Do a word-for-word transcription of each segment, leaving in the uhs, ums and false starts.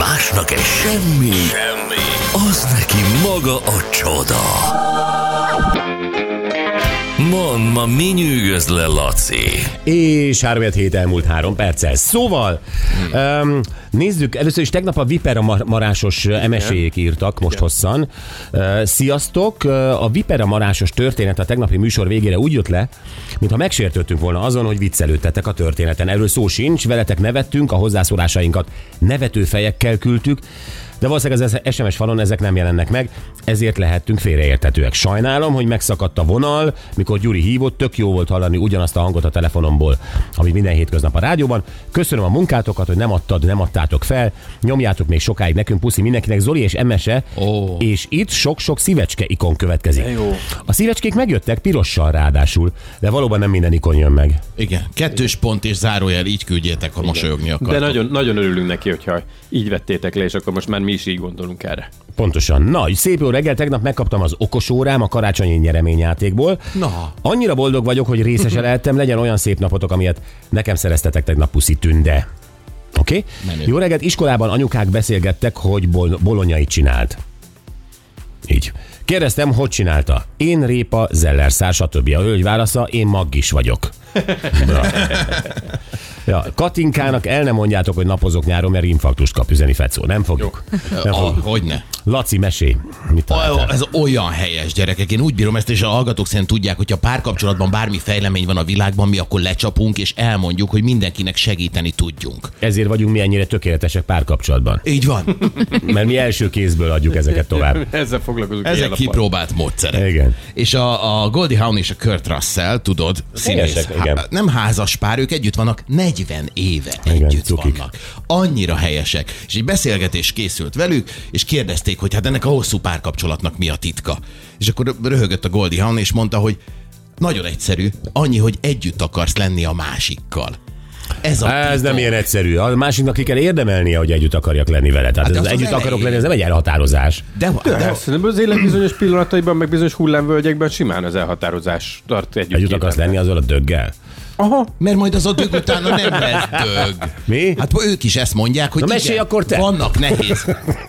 Másnak egy semmi, semmi, az neki maga a csoda. Mondd, ma mi nyűgöz le, Laci? És három hét elmúlt három perccel. Szóval, hmm. um, nézzük, először is tegnap a Vipera marásos emeséjék írtak, most Igen. hosszan. Uh, sziasztok! A Vipera marásos történet a tegnapi műsor végére úgy jött le, mintha megsértődtünk volna azon, hogy viccelődtetek a történeten. Erről szó sincs, veletek nevettünk, a hozzászólásainkat nevető fejekkel küldtük, de valószínűleg az es em es falon ezek nem jelennek meg, ezért lehettünk félreérthetőek. Sajnálom, hogy megszakadt a vonal, mikor Gyuri hívott, tök jó volt hallani ugyanazt a hangot a telefonomból, amit minden hétköznap a rádióban. Köszönöm a munkátokat, hogy nem adtad, nem adtátok fel, nyomjátok még sokáig nekünk, puszi mindenkinek, Zoli és Emese, oh. és itt sok-sok szívecske ikon következik. A szívecskék megjöttek pirossal ráadásul, de valóban nem minden ikon jön meg. Igen, kettős pont és zárójel, így küldjétek, ha Igen. mosolyogni akartok. De nagyon, nagyon örülünk neki, hogyha így vettétek le, és akkor most már mi is így gondolunk erre. Pontosan. Na, szép jó reggel, tegnap megkaptam az okos órám a karácsonyi nyereményjátékból. Na. Annyira boldog vagyok, hogy részese lehettem, legyen olyan szép napotok, amilyet nekem szereztetek tegnap, puszi Tünde. Oké? Okay? Jó reggelt, iskolában anyukák beszélgettek, hogy bol- bolonyait csinált. Így. Kérdeztem, hogy csinálta. Én répa, zellerszár, stb. A hölgy válasza, én maggis vagyok. Ja, Katinkának el nem mondjátok, hogy napozok nyáron, mert infarktust kap, üzeni Fecó. Nem fogjuk. Nem fogjuk. Hogyne? Laci, mesélj. Oh, ez olyan helyes, gyerekek. Én úgy bírom ezt, és a hallgatók szerint tudják, hogy ha párkapcsolatban bármi fejlemény van a világban, mi akkor lecsapunk, és elmondjuk, hogy mindenkinek segíteni tudjunk. Ezért vagyunk mi ennyire tökéletesek párkapcsolatban. Így van. Mert mi első kézből adjuk ezeket tovább. Ezzel foglalkozunk. Ezek kipróbált módszerek. Igen. És a, a Goldie Hawn és a Kurt Russell, tudod, színész, há, nem házas pár, ők együtt vannak, negyven éve Igen, együtt cukik. vannak. Annyira helyesek. És egy beszélgetés készült velük, és kérdezték, hogy hát ennek a hosszú párkapcsolatnak mi a titka. És akkor röhögött a Goldie Hawn, és mondta, hogy nagyon egyszerű, annyi, hogy együtt akarsz lenni a másikkal. Ez, a ez nem ilyen egyszerű. A másiknak ki kell érdemelnie, hogy együtt akarjak lenni vele. Tehát hát ez az együtt elején. Akarok lenni, ez nem egy elhatározás. De, de, de szerintem az élet bizonyos pillanataiban, meg bizonyos hullámvölgyekben simán az elhatározás tart együtt. Együtt akarsz lenni azzal a döggel? Aha. Mert majd az a dög utána nem lesz dög. Mi? Hát ők is ezt mondják, hogy Na mesélj igen, akkor te. Vannak nehéz.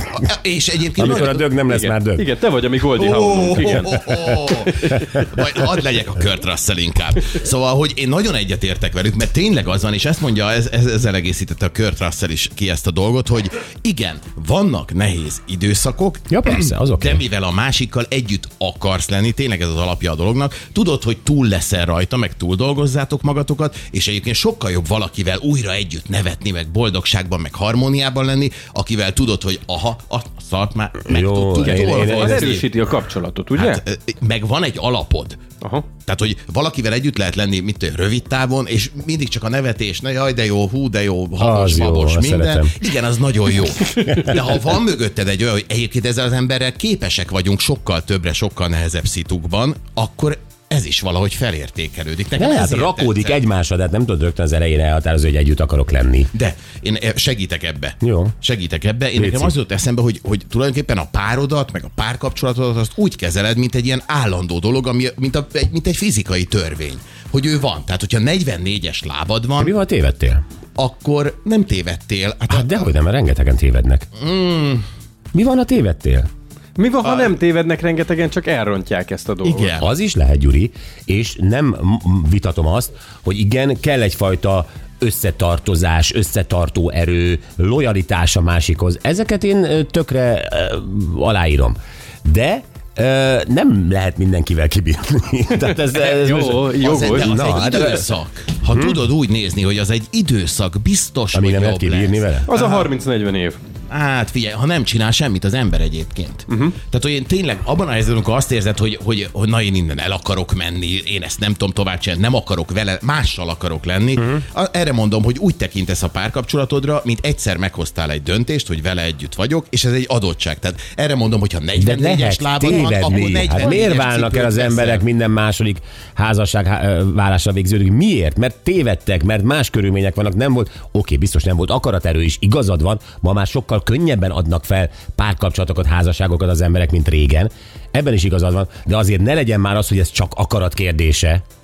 És egyébként... Amikor nagy... a dög nem lesz igen. már dög. Igen, te vagy a mi Goldie Hawnunk, oh, igen. Oh, oh, oh. Majd hadd legyek a Kurt Russell inkább. Szóval, hogy én nagyon egyetértek velük, mert tényleg az van, és ezt mondja, ez, ez, ezzel egészítette a Kurt Russell is ki ezt a dolgot, hogy igen, vannak nehéz időszakok, ja, persze, azok de mivel a másikkal együtt akarsz lenni, tényleg ez az alapja a dolognak, tudod, hogy túl leszel rajta, meg túl dolgozzátok magatokat, és egyébként sokkal jobb valakivel újra együtt nevetni, meg boldogságban, meg harmóniában lenni, akivel tudod, hogy aha, a szart már meg Jó, tudtuk. én, én, én, az erősíti a kapcsolatot, ugye? Hát, meg van egy alapod. Aha. Tehát, hogy valakivel együtt lehet lenni, mit tudom, rövid távon, és mindig csak a nevetés, na jaj, de jó, hú, de jó, habos, habos, minden. Szeretem. Igen, az nagyon jó. De ha van mögötted egy olyan, hogy egyébként ezzel az emberrel képesek vagyunk sokkal többre, sokkal nehezebb szitukban, akkor ez is valahogy felértékelődik. Nekem hát rakódik tetszett. Egymásra, de hát nem tudod rögtön az elején elhatározni, hogy együtt akarok lenni. De én segítek ebbe. Jó. Segítek ebbe. Én nekem az jutott eszembe, hogy, hogy tulajdonképpen a párodat, meg a párkapcsolatodat azt úgy kezeled, mint egy ilyen állandó dolog, ami, mint, a, mint egy fizikai törvény. Hogy ő van. Tehát, hogyha negyvennégyes lábad van... Mi van, tévedtél? Akkor nem tévedtél. Hát, hát dehogy nem, mert rengetegen tévednek. Mm. Mi van, ha tévedtél? Mi van, ha nem tévednek rengetegen, csak elrontják ezt a dolgot? Igen. Az is lehet, Gyuri, és nem vitatom azt, hogy igen, kell egyfajta összetartozás, összetartó erő, lojalitás a másikhoz. Ezeket én tökre uh, aláírom. De uh, nem lehet mindenkivel kibírni. Tehát ez, ez jó, most... jogos. Az, az Na, egy időszak. Ha hmm? tudod úgy nézni, hogy az egy időszak, biztos, ami hogy nem lehet kibírni lesz. vele? Az a harminc-negyven év. Hát figyelj, ha nem csinál semmit az ember egyébként. Uh-huh. Tehát, hogy én tényleg abban a helyzetben, amikor azt érzed, hogy, hogy, hogy na én innen el akarok menni, én ezt nem tudom tovább csinálni, nem akarok vele, mással akarok lenni. Uh-huh. Erre mondom, hogy úgy tekintesz a párkapcsolatodra, mint egyszer meghoztál egy döntést, hogy vele együtt vagyok, és ez egy adottság. Tehát erre mondom, hogy ha negyvennégyes lábad van, akkor negyvennégyes hát miért válnak el az veszel? emberek minden második házasság válásra végződik? Miért? Mert tévedtek, mert más körülmények vannak, nem volt, oké, biztos nem volt akaraterő is, igazad van, ma már sokkal könnyebben adnak fel párkapcsolatokat, házasságokat az emberek, mint régen. Ebben is igazad van, de azért ne legyen már az, hogy ez csak akarat kérdése.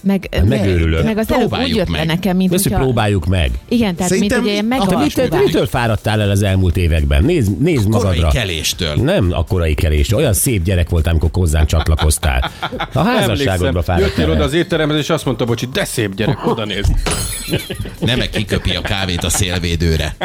Meg, megőrülök. meg az előbb úgy Próbáljuk jött le meg. nekem, mint Ezt, hogy hogyha... próbáljuk meg. Igen, tehát Szerintem- mint ugye ilyen Ah, Te mitől, te megalkuvás. mitől fáradtál el az elmúlt években? Nézd, nézd Korai magadra. keléstől. Nem akkorai kelés. Olyan szép gyerek voltál, amikor hozzánk csatlakoztál. A házasságodba fáradtál Jöttél oda el. az étteremhez, és azt mondta, bocsi, de szép gyerek, oda néz. Nem meg kiköpi a kávét a szélvédőre.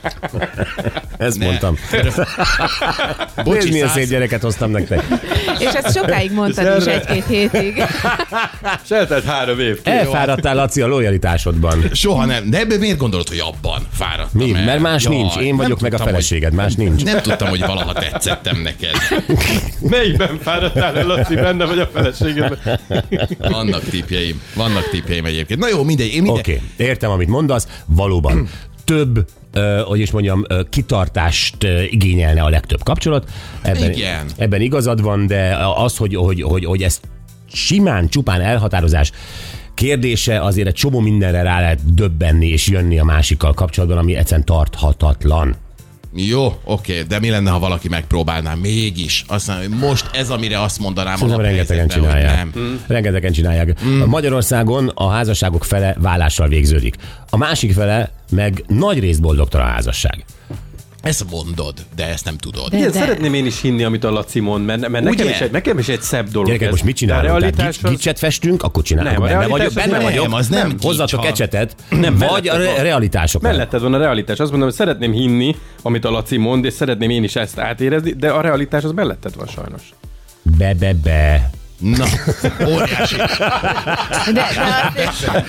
Ezt Ne. mondtam. Bocsi, Nézd, milyen száz- szép gyereket hoztam nektek. És ezt sokáig mondtad is egy-két hétig. És eltelt három év. Elfáradtál, Laci, a lojalitásodban. Soha nem. De ebből miért gondolod, hogy abban fáradtam Mi? el? Mert más Jaj, nincs. Én nem vagyok meg a tudtam, feleséged, más nincs. Hogy, nem tudtam, hogy valaha tetszettem neked. Melyikben fáradtál el, Laci, benne vagy a feleségedben? Vannak tippjeim. Vannak tippjeim egyébként. Na jó, mindegy. Én mindegy. Oké, okay, értem, amit mondasz. Valóban több, uh, hogy is mondjam, uh, kitartást uh, igényelne a legtöbb kapcsolat. Ebben, Igen. ebben igazad van, de az, hogy, hogy, hogy, hogy ez simán, csupán elhatározás kérdése, azért egy csomó mindenre rá lehet döbbenni és jönni a másikkal kapcsolatban, ami egyszerűen tarthatatlan. Jó, oké, de mi lenne, ha valaki megpróbálná mégis? Azt mondja, hogy most ez, amire azt mondanám, Szerintem rengetegen alaphelyzetben, hogy csinálják. nem. Mm. Rengetegen csinálják. Mm. Magyarországon a házasságok fele vállással végződik. A másik fele meg nagy részt boldogtalan házasság. Ezt mondod, de ezt nem tudod. De- Igen, szeretném én is hinni, amit a Laci mond, mert, mert nekem, Ugye? is egy, nekem is egy szebb dolog. Gyerekek, ez. most mit De a csinálunk? Tehát realitás gic- az- Gicset festünk, akkor csinálunk. Nem, a Benne realitás vagyok, az benne nem, vagyok. az nem gics, Hozzatok ha- ecsetet. Nem, Vagy a melletted re- van. realitásokat. Melletted van a realitás. Azt mondom, hogy szeretném hinni, amit a Laci mond, és szeretném én is ezt átérezni, de a realitás az melletted van sajnos. Be, be, be. Na, óriási. De, de azért,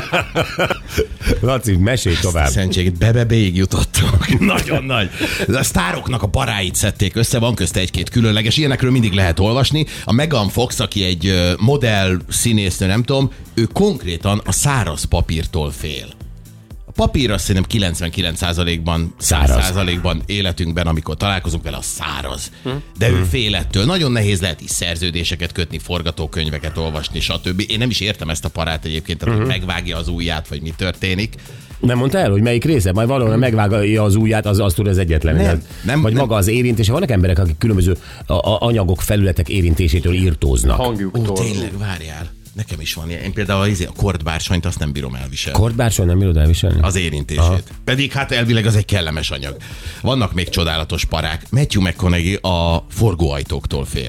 Laci, mesélj tovább. Szentségét, bebe-béig jutottunk. Nagyon nagy. De a sztároknak a paráit szedték össze, van közt egy-két különleges. Ilyenekről mindig lehet olvasni. A Megan Fox, aki egy ö, modell, színésznő, nem tudom, ő konkrétan a száraz papírtól fél. A papír azt szerintem kilencvenkilenc százalékban, száz százalékban életünkben, amikor találkozunk vele, az száraz. De ő fél ettől. Nagyon nehéz lehet is szerződéseket kötni, forgatókönyveket olvasni, stb. Én nem is értem ezt a parát egyébként, tehát, hogy megvágja az ujját, vagy mi történik. Nem mondta el, hogy melyik része? Majd valahol megvágja az ujját, az, az tud az egyetlen. Nem, Ez- nem, Vagy nem. maga az érintése. Vannak emberek, akik különböző a, a anyagok, felületek érintésétől írtóznak. Ó, Hangjuktól. tényleg, várjál. Nekem is van ilyen. Én például a, a kordbársanyt azt nem bírom elviselni. Kortbárson nem bírod elviselni? Az érintését. Aha. Pedig hát elvileg az egy kellemes anyag. Vannak még csodálatos parák. Matthew McConaughey a forgóajtóktól fél.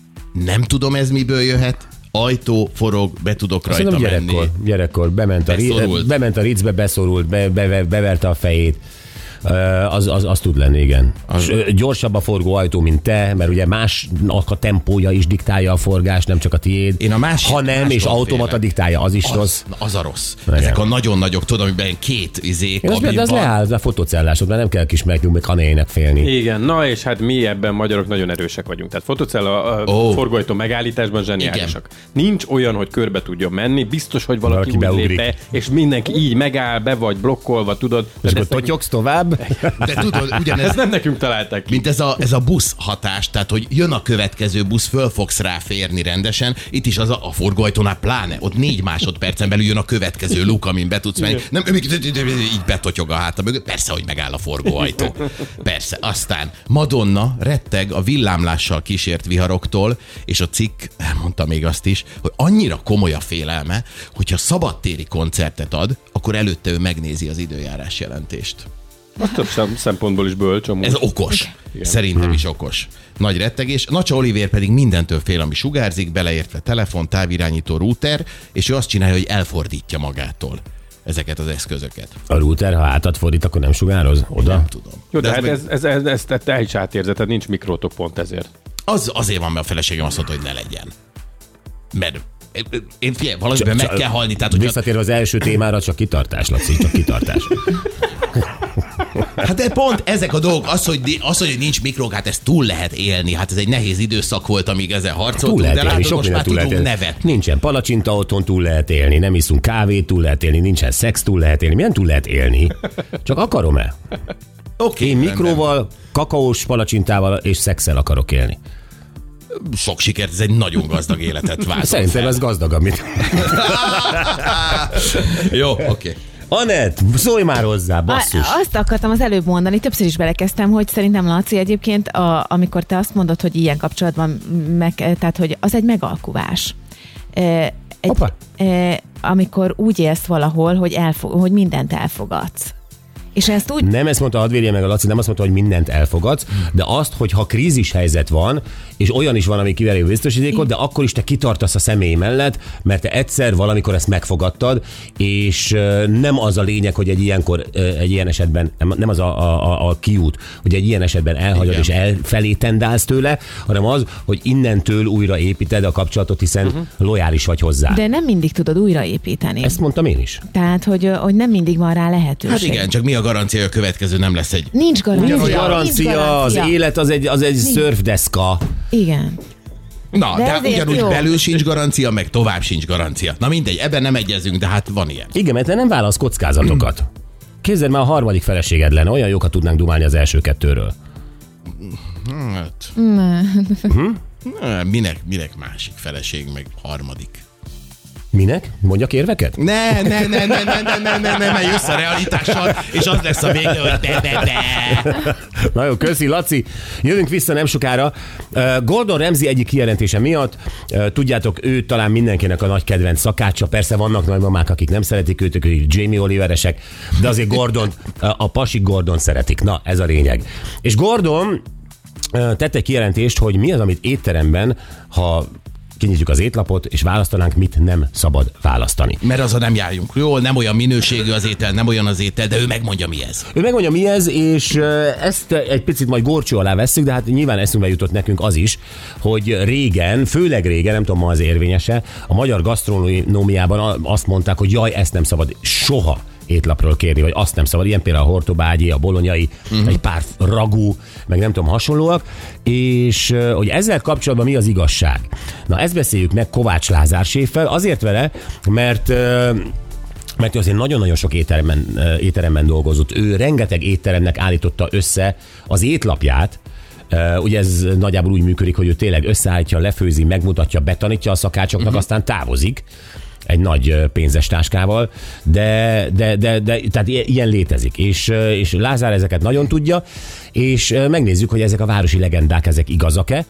Nem tudom, ez miből jöhet. Ajtó, forog, be tudok rajta Szerintem menni. gyerekkor, gyerekkor bement a, ri- Beszorult. bement a ricbe, beszorult, be, be, beverte a fejét. Ö, Az, az, az tud lenni, igen. Az... Gyorsabb a forgó ajtó, mint te, mert ugye másnak a tempója is diktálja a forgást, nem csak a tiéd. Én a másik- Ha nem, és mástól automata félek. diktálja, az is Az, rossz. na, az a rossz. Igen. Ezek a nagyon nagyok, tudom, amiben két izé, Én az, kabin de az van. leáll, a fotocellásod, mert nem kell kis meg, meg kanének félni. Igen, na és hát mi ebben magyarok nagyon erősek vagyunk. Tehát fotocella a Ó. oh. forgóajtó megállításban zseniálisak. Nincs olyan, hogy körbe tudjon menni, biztos, hogy valaki, Valaki úgy lép beugrik. be, és mindenki így megáll, be vagy blokkolva, tudod. És De akkor ezt- totyogsz tovább. De tudod, ugyanez, ezt nem nekünk találták ki. mint ez a, ez a busz hatás, tehát hogy jön a következő busz, föl fogsz rá férni rendesen, itt is az a, a forgóajtónál pláne, ott négy másodpercen belül jön a következő luk, amin be tudsz menni. Nem, így betotyog a háta mögött, persze, hogy megáll a forgóajtó. Persze, aztán Madonna retteg a villámlással kísért viharoktól, és a cikk elmondta még azt is, hogy annyira komoly a félelme, hogyha szabadtéri koncertet ad, akkor előtte ő megnézi az időjárás jelentést. Az több szem- szempontból is bölcs, amúgy. Ez okos. Szerintem is okos. Nagy rettegés. Nacsa Olivér pedig mindentől fél, ami sugárzik, beleértve telefon, távirányító, router, és ő azt csinálja, hogy elfordítja magától ezeket az eszközöket. A router, ha átat fordít, akkor nem sugároz oda? Nem tudom. Jó, de, ez hát meg- ez, ez, ez, ez, ez te is átérzed, tehát nincs mikrótok pont ezért. Az azért van, mert a feleségem azt mondta, hogy ne legyen. Mert én figyelj, valamiben meg kell halni. Tehát, hogyha, Visszatérve az első témára, csak kitartás, Laci, csak kitartás. hát de pont ezek a dolgok, az hogy, az, hogy nincs mikrók, hát ezt túl lehet élni. Hát ez egy nehéz időszak volt, amíg ezzel Túl harcoltunk, lehet de élni, látod, sok most már minden túl lehet tudunk élni. nevetni. Nincsen palacsinta otthon, túl lehet élni, nem iszunk kávét, túl lehet élni, nincsen szex, túl lehet élni. Milyen túl lehet élni? Csak akarom-e? Oké, Én mikróval, kakaós palacsintával és szexel akarok élni. sok sikert, ez egy nagyon gazdag életet vázol Szerintem fel. ez gazdag, amit... Jó, oké. Okay. Anett, szólj már hozzá, basszus! A- Azt akartam az előbb mondani, többször is belekezdtem, hogy szerintem Laci egyébként, a, amikor te azt mondod, hogy ilyen kapcsolatban, meg, tehát hogy az egy megalkuvás. E, egy, Hoppá. eh, amikor úgy élsz valahol, hogy, elfog, hogy mindent elfogadsz. És ezt úgy... Nem ezt mondta, hadd vérje meg a Laci, nem azt mondta, hogy mindent elfogadsz, de azt, hogy ha krízis helyzet van, és olyan is van, ami kiveri a biztosítékot, de akkor is te kitartasz a személy mellett, mert te egyszer valamikor ezt megfogadtad, és nem az a lényeg, hogy egy ilyenkor, egy ilyen esetben, nem az a, a, a kiút, hogy egy ilyen esetben elhagyod igen. és elfelé tendálsz tőle, hanem az, hogy innentől újra építed a kapcsolatot, hiszen uh-huh. lojális vagy hozzá. De nem mindig tudod újraépíteni. Ezt mondtam én is. Tehát, hogy, hogy nem mindig van rá lehetőség. Hát igen, csak mi a garancia, hogy a következő nem lesz egy... Nincs garancia. Nincs garancia, Nincs garancia. Az élet az egy, az egy szörfdeszka. Igen. Na, de, de de ugyanúgy jó. belül sincs garancia, meg tovább sincs garancia. Na mindegy, ebben nem egyezünk, de hát van ilyen. Igen, mert te nem válasz kockázatokat. Képzeld, már a harmadik feleséged lenne, olyan jókat tudnánk dumálni az első kettőről. Hát... Hm? Minek, minek másik feleség, meg harmadik? Minek? Mondjak érveket? Ne, ne, ne, ne, ne, ne, ne, ne, ne, ne, jössz a realitással, és az lesz a vége, hogy de, de, de. Na jó, köszi, Laci. Jövünk vissza nem sokára. Gordon Ramsay egyik kijelentése miatt, tudjátok, ő talán mindenkinek a nagy kedvenc szakácsa, persze vannak nagymamák, akik nem szeretik őt, ők Jamie Oliveresek, de azért Gordon, a pasik Gordon szeretik. Na, ez a lényeg. És Gordon tette egy kijelentést, hogy mi az, amit étteremben, ha kinyitjuk az étlapot, és választanánk, mit nem szabad választani. Mert azon nem járjunk jól, nem olyan minőségű az étel, nem olyan az étel, de ő megmondja, mi ez. Ő megmondja, mi ez, és ezt egy picit majd górcső alá vesszük, de hát nyilván eszünkbe jutott nekünk az is, hogy régen, főleg régen, nem tudom, ma az érvényese, a magyar gasztronómiában azt mondták, hogy jaj, ezt nem szabad soha étlapról kérni, vagy azt nem szabad. Ilyen például a hortobágyi, a bolonyai, uh-huh. egy pár ragú, meg nem tudom, hasonlóak. És hogy ezzel kapcsolatban mi az igazság? Na, ezt beszéljük meg Kovács Lázár séffel, azért vele, mert mert ő azért nagyon-nagyon sok étteremben, étteremben dolgozott. Ő rengeteg étteremnek állította össze az étlapját. Uh, ugye ez nagyjából úgy működik, hogy ő tényleg összeállítja, lefőzi, megmutatja, betanítja a szakácsoknak, uh-huh. aztán távozik egy nagy pénzes táskával, de, de, de, de tehát ilyen létezik. És, és Lázár ezeket nagyon tudja, és megnézzük, hogy ezek a városi legendák, ezek igazak-e.